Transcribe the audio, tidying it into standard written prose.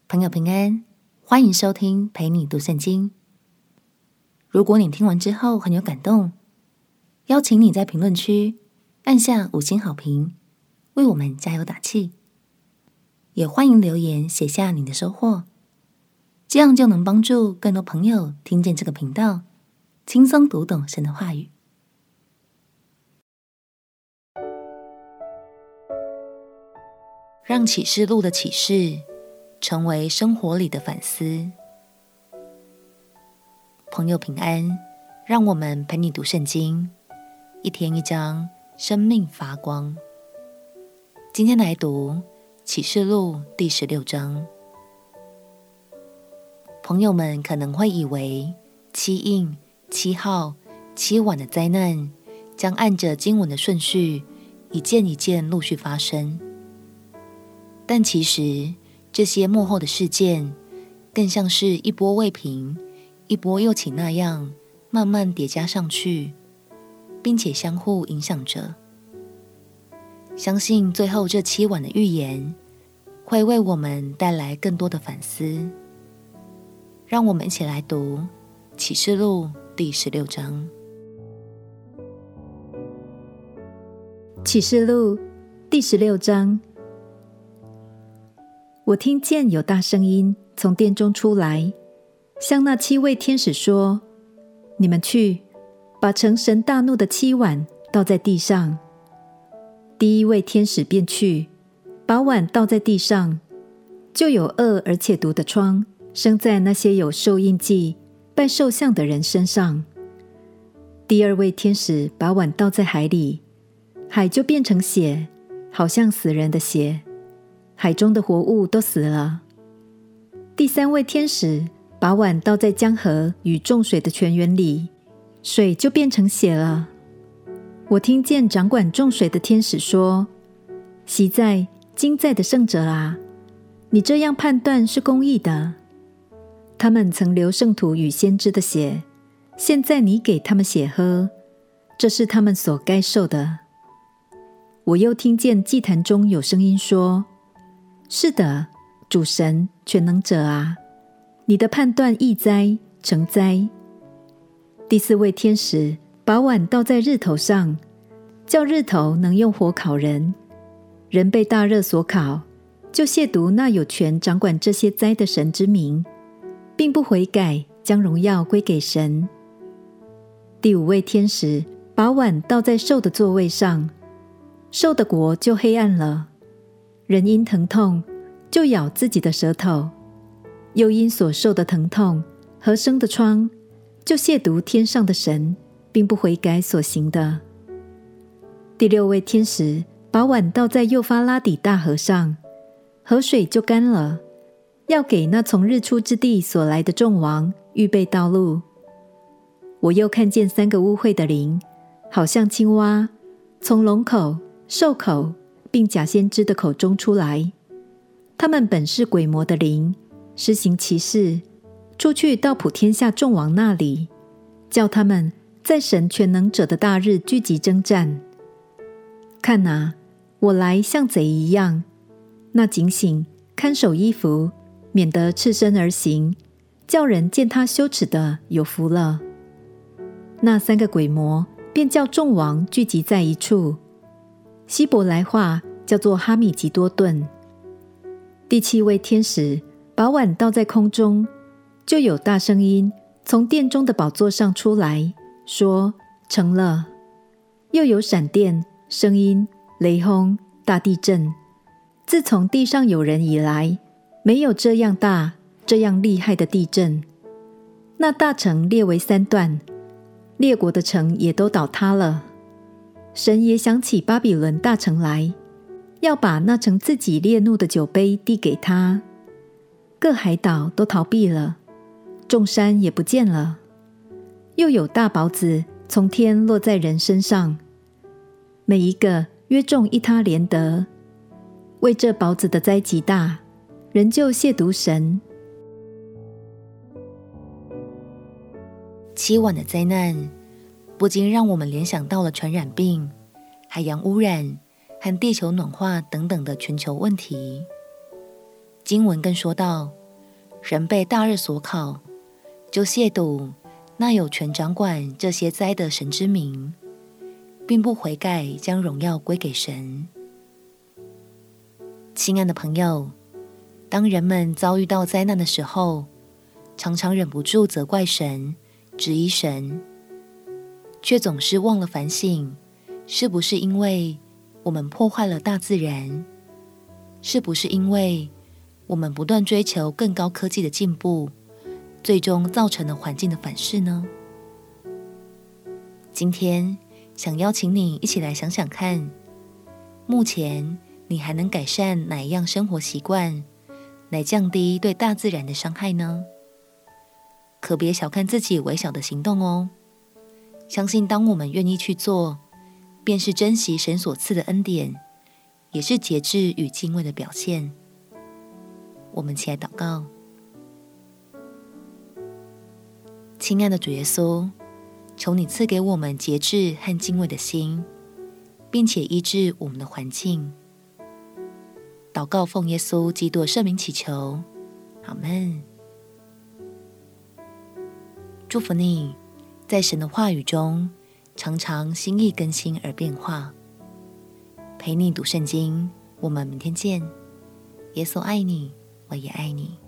朋友平安，欢迎收听陪你读圣经。如果你听完之后很有感动，邀请你在评论区按下5星好评，为我们加油打气。也欢迎留言写下你的收获，这样就能帮助更多朋友听见这个频道，轻松读懂神的话语。让启示录的启示成为生活里的反思。朋友平安，让我们陪你读圣经，一天一章，生命发光。今天来读启示录第16章。朋友们可能会以为7印、7号、7碗的灾难将按着经文的顺序一件一件陆续发生，但其实这些幕后的事件更像是一波未平一波又起那样慢慢叠加上去，并且相互影响着。相信最后这7碗的预言会为我们带来更多的反思。让我们一起来读启示录第16章。 启示录第16章。我听见有大声音从殿中出来，向那7位天使说：你们去，把盛神大怒的7碗倒在地上。第一位天使便去，把碗倒在地上，就有恶而且毒的疮生在那些有兽印记、拜兽像的人身上。第二位天使把碗倒在海里，海就变成血，好像死人的血，海中的活物都死了。第三位天使把碗倒在江河与众水的泉源里，水就变成血了。我听见掌管众水的天使说：昔在、今在的圣者啊，你这样判断是公义的。他们曾流圣徒与先知的血，现在你给他们血喝，这是他们所该受的。我又听见祭坛中有声音说：是的，主神全能者啊，你的判断易哉，成哉。第四位天使把碗倒在日头上，叫日头能用火烤人，人被大热所烤，就亵渎那有权掌管这些灾的神之名，并不悔改，将荣耀归给神。第五位天使把碗倒在兽的座位上，兽的国就黑暗了，人因疼痛就咬自己的舌头，又因所受的疼痛和生的疮，就亵渎天上的神，并不悔改所行的。第六位天使把碗倒在幼发拉底大河上，河水就干了，要给那从日出之地所来的众王预备道路。我又看见3个污秽的灵，好像青蛙，从龙口、兽口并假先知的口中出来。他们本是鬼魔的灵，施行奇事，出去到普天下众王那里，叫他们在神全能者的大日聚集征战。看哪，我来像贼一样，那警醒看守衣服，免得赤身而行，叫人见他羞耻的有福了。那3个鬼魔便叫众王聚集在一处，希伯来话叫做哈米吉多顿。第7位天使把碗倒在空中，就有大声音从殿中的宝座上出来，说：成了。又有闪电、声音、雷轰、大地震。自从地上有人以来，没有这样大、这样厉害的地震。那大城裂为3段，列国的城也都倒塌了。神也想起巴比伦大城来，要把那城自己烈怒的酒杯递给他。各海岛都逃避了，众山也不见了。又有大雹子从天落在人身上，每一个约重1他连得。为这雹子的灾极大，人就亵渎神。 7碗的灾难不禁让我们联想到了传染病、海洋污染和地球暖化等等的全球问题。经文更说到， 人被大日所考，就亵渎那有权掌管这些灾的神之名，并不悔改，将荣耀归给神。亲爱的朋友，当人们遭遇到灾难的时候，常常忍不住责怪神、质疑神，却总是忘了反省，是不是因为我们破坏了大自然？是不是因为我们不断追求更高科技的进步，最终造成了环境的反噬呢？今天想邀请你一起来想想看，目前你还能改善哪一样生活习惯，来降低对大自然的伤害呢？可别小看自己微小的行动哦。相信当我们愿意去做，便是珍惜神所赐的恩典，也是节制与敬畏的表现。我们起来祷告。亲爱的主耶稣，求你赐给我们节制和敬畏的心，并且医治我们的环境。祷告奉耶稣基督的圣名祈求，阿们。祝福你，在神的话语中常常心意更新而变化。陪你读圣经，我们明天见。耶稣爱你，我也爱你。